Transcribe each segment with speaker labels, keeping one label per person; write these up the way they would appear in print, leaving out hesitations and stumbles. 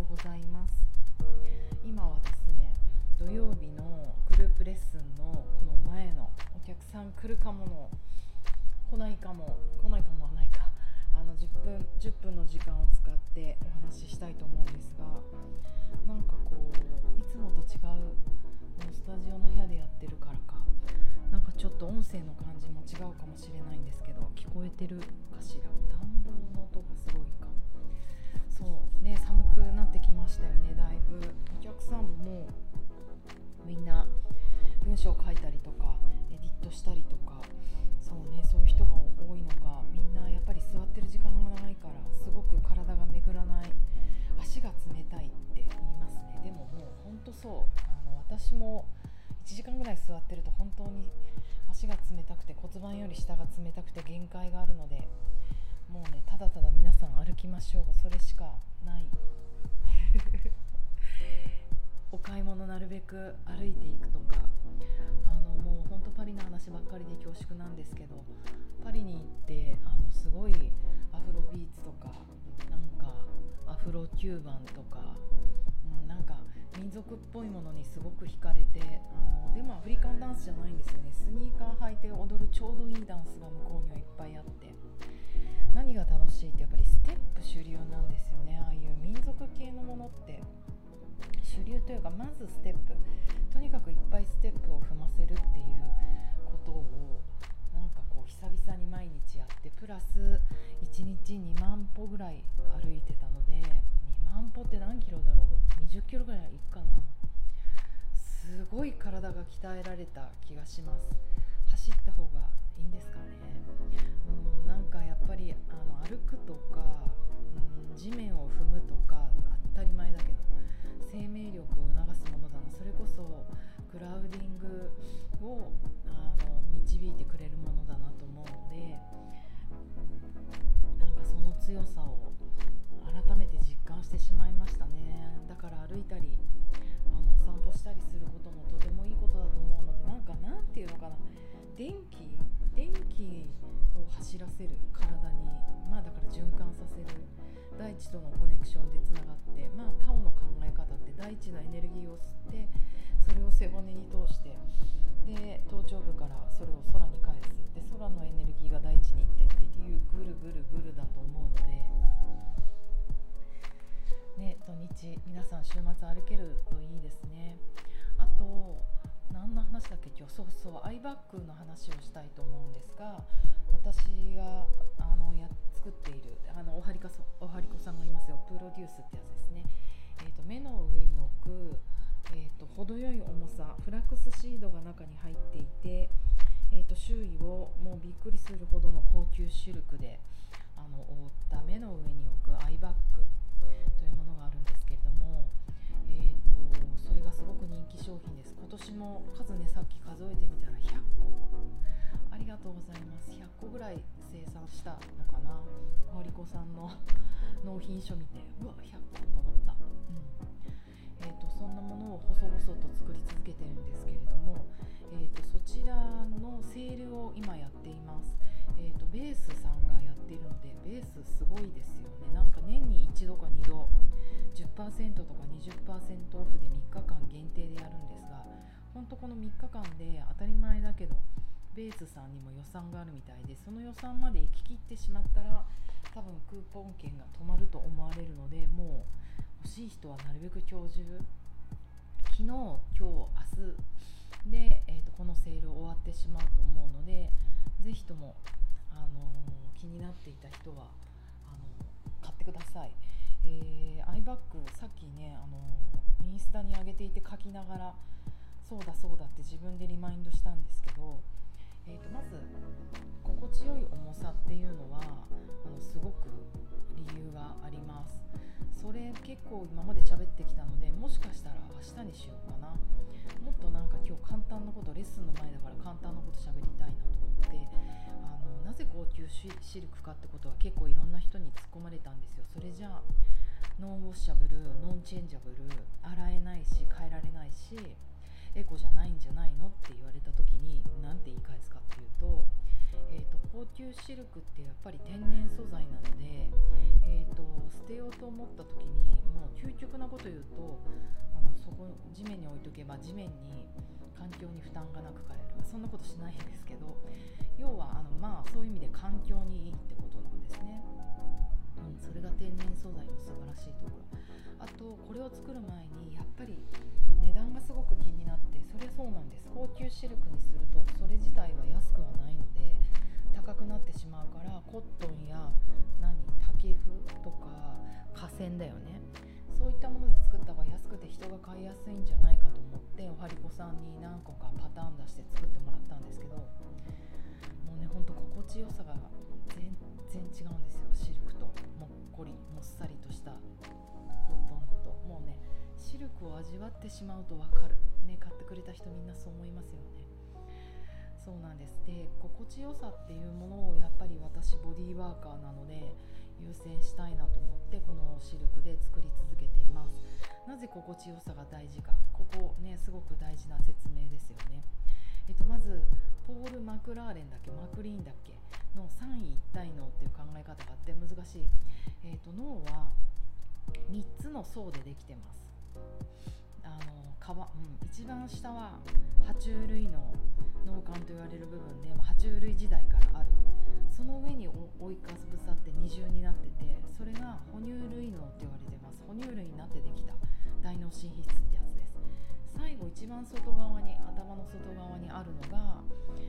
Speaker 1: ございます。今はですね、土曜日のグループレッスンのこの前のお客さん来るかもの来ないかもはないか、10分の時間を使ってお話ししたいと思うんですが、なんかこういつもと違うスタジオの部屋でやってるからか、なんかちょっと音声の感じも違うかもしれないんですけど、聞こえてるかしら。暖房の音がすごいか。そうね、寒くなってきましたよね。だいぶお客さんもみんな文章を書いたりとかエディットしたりとか、そういう人が多いのか、みんなやっぱり座ってる時間が長いからすごく体が巡らない、足が冷たいって言いますね。でももう本当そう、私も1時間ぐらい座ってると本当に足が冷たくて、骨盤より下が冷たくて限界があるので、もうね、ただただ皆さん歩きましょう、それしかないお買い物なるべく歩いていくとか、もう本当パリの話ばっかりで恐縮なんですけど、パリに行ってすごいアフロビーツとか、なんかアフロキューバンとか、なんか民族っぽいものにすごく惹かれて、でもアフリカンダンスじゃないんですよね。スニーカー履いて踊るちょうどいいダンスが向こうにはいっぱいあって、何が楽しいってやっぱりステップ主流なんですよね。ああいう民族系のものって主流というか、まずステップ、とにかくいっぱいステップを踏ませるっていうことをなんかこう久々に毎日やって、プラス1日2万歩ぐらい歩いてたので、2万歩って何キロだろう、20キロぐらいいくかな。すごい体が鍛えられた気がします。走った方がいいんですかね。なんかやっぱり歩くとか、地面を踏むとか当たり前だけど、生命力を促すものだな。それこそクラウディングを導いてくれるものだなと思うので、なんかその強さを改めて実感してしまいましたね。だから歩いたり散歩したりすることもとてもいいことだと思うので、なんていうのかな、電気を走らせる体に、だから循環させる、大地とのコネクションでつながって、タオの考え方って大地のエネルギーを吸って、それを背骨に通して、で頭頂部からそれを空に返す、で空のエネルギーが大地に行ってっていうぐるぐるぐるだと思うのでね、土日皆さん週末歩けるといいですね。あと何の話だっけ今日、アイバッグの話をしたいと思うんですが、私が作っているおはりこさんがいますよ、プロデュースってやつですね。目の上に置く、程よい重さ、フラックスシードが中に入っていて、周囲をもうびっくりするほどの高級シルクで覆った目の上に置くアイバッグというものがあるんですけれども、それがすごく人気商品です。今年も数ね、さっき数えてみたら100個、ありがとうございます。100個ぐらい生産したのかな。おはりこさんの納品書見て、うわ100個と思った。そんなものを細々と作り続けてるんですけれども、そちらのセールを今やっています。ベースさんがやっているので、ベースすごいですよね。なんか年に一度か二度 10% とか 20% オフで3日間限定でやるんですが、本当この3日間で当たり前だけどベースさんにも予算があるみたいで、その予算まで行き切ってしまったら多分クーポン券が止まると思われるので、もう欲しい人はなるべく今日中、昨日今日明日で、このセール終わってしまうと思うので、ぜひとも、気になっていた人は買ってください。アイバッグさっきねインスタに上げていて書きながら、そうだって自分でリマインドしたんですけど、まず心地よい重さっていうのはすごく理由があります。それ結構今まで喋ってきたので、もしかしたら明日にしようかな。もっとなんか今日簡単なこと、レッスンの前だから簡単なこと喋りたいなと思って、なぜ高級シルクかってことは結構いろんな人に突っ込まれたんですよ。それじゃあノンウォッシャブル、ノンチェンジャブル、洗えないし変えられないしエコじゃないんじゃないのって言われた時に何て言い返すかっていうと、 高級シルクってやっぱり天然素材なので、捨てようと思った時にもう究極なこと言うとそこ地面に置いとけば地面に環境に負担がなく買える、そんなことしないんですけど、要はそういう意味で環境にいいってことなんですね。それが天然素材の素晴らしいところ。あとこれを作る前にやっぱり値段がすごく気になって、それそうなんです。高級シルクにするとそれ自体は安くはないので高くなってしまうから、コットンや竹麩とか化繊だよね、そういったもので作った方が安くて人が買いやすいんじゃないかと思っておはりこさんに何個かパターン出して作ってもらったんですけど、もうねほんと心地よさが全然違うんですよ。シルクともっこりもっさりとしたコットンだと、もうねシルクを味わってしまうと分かるね。買ってくれた人みんなそう思いますよね。そうなんです。で、心地よさっていうものをやっぱり私ボディーワーカーなので優先したいなと思ってこのシルクで作り続けています。なぜ心地よさが大事か、ここねすごく大事な説明ですよね。まずポール・マクラーレンだっけマクリーンだっけの三位一体脳っていう考え方があって難しい。脳は3つの層でできてます。一番下は爬虫類の脳幹と言われる部分で、爬虫類時代からある。その上に覆いかぶさって二重になってて、それが哺乳類脳って言われてます。哺乳類になってできた大脳新皮質ってやつです。最後一番外側に頭の外側にあるのが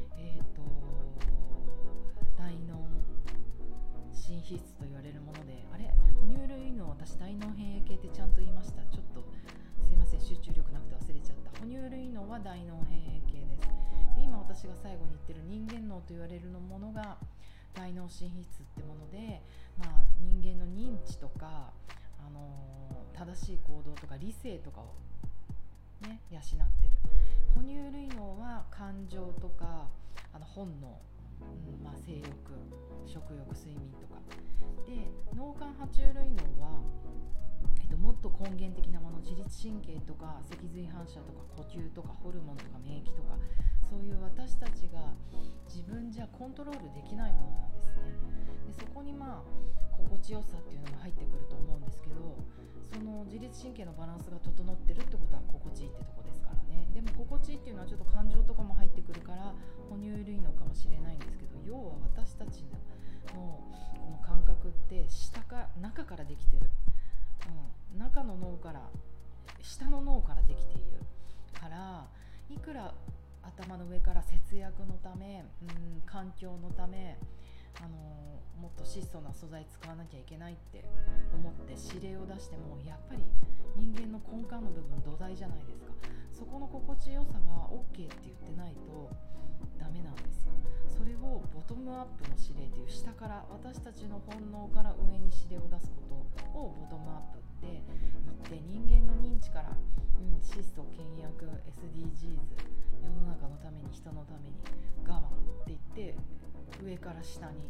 Speaker 1: 大脳新皮質と言われるもので、哺乳類脳、私大脳変影系ってちゃんと言いました。ちょっとすいません、集中力なくて忘れちゃった。哺乳類脳は大脳変影系です。で、今私が最後に言ってる人間脳と言われるものが大脳新皮質ってもので、人間の認知とか、正しい行動とか理性とかをね養ってる。哺乳類脳は感情とか本能、性欲、食欲、睡眠とかで、脳幹爬虫類脳はもっと根源的なもの、自律神経とか脊髄反射とか呼吸とかホルモンとか免疫とか、そういう私たちが自分じゃコントロールできないものなんですね。でそこに心地よさっていうのが入ってくると思うんですけど、その自律神経のバランスが整ってるってことは心地いいってとこですからね。でも心地いいっていうのはちょっと感情とかも入ってくるから哺乳類脳かもしれないんですけど、要は私たちのこの感覚って中からできてる、中の脳から下の脳からできているから、いくら頭の上から節約のため、環境のためもっと質素な素材使わなきゃいけないって思って指令を出しても、やっぱり人間の根幹の部分、土台じゃないですか。そこの心地よさが OK って言ってないとダメなんですよ。それをボトムアップの指令っていう、下から私たちの本能から上に指令を出すことをボトムアップって言って、人間の認知から、質素倹約 SDGs、 世の中のために人のために我慢って言って上から下に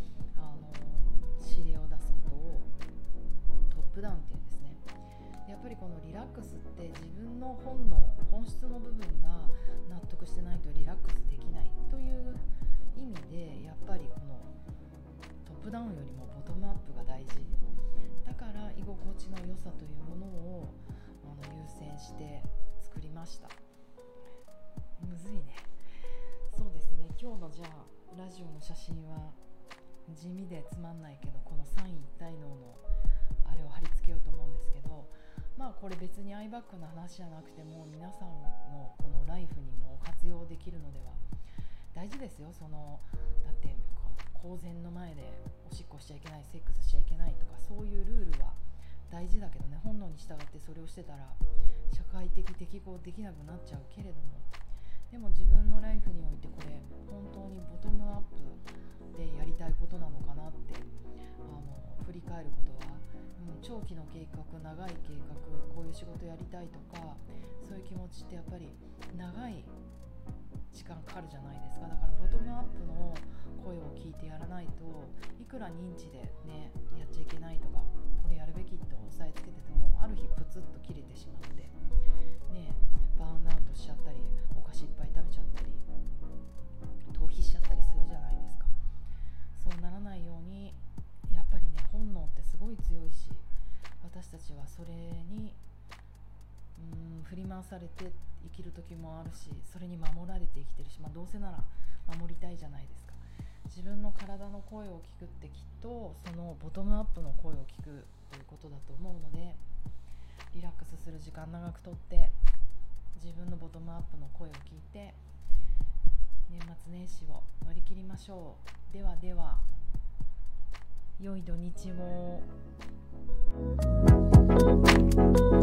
Speaker 1: 指令を出すことをトップダウンっていうんですね。やっぱりこのリラックスって自分の本質の部分が納得してないとリラックスできないという意味で、やっぱりこのトップダウンよりもボトムアップが大事だから、居心地の良さというものを優先して作りました。むずいね。そうですね、今日のじゃあラジオの写真は地味でつまんないけど、この三位一体脳のあれを貼り付けようと思うんですけど、これ別にアイバッグの話じゃなくても皆さんのこのライフにも活用できるのでは。大事ですよ。だって公然の前でおしっこしちゃいけない、セックスしちゃいけないとか、そういうルールは大事だけどね、本能に従ってそれをしてたら社会的適合できなくなっちゃうけれども、でも自分のライフにおいてこれ本当にボトムアップでやりたいことなのかなって振り返ることは、長期の計画、長い計画、こういう仕事やりたいとか、そういう気持ちってやっぱり長い時間かかるじゃないですか。だからボトムアップの声を聞いてやらないと、いくら認知でねやっちゃいけないとか、これやるべきと押さえつけてても、ある日プツッと切れてしまってね、バーンアウトしちゃったり、お菓子いっぱい食べちゃったり、逃避しちゃったりするじゃないですそれに振り回されて生きる時もあるし、それに守られて生きてるし、どうせなら守りたいじゃないですか。自分の体の声を聞くってきっとそのボトムアップの声を聞くということだと思うので、リラックスする時間長くとって自分のボトムアップの声を聞いて年末年始を乗り切りましょう。ではでは、良い土日を。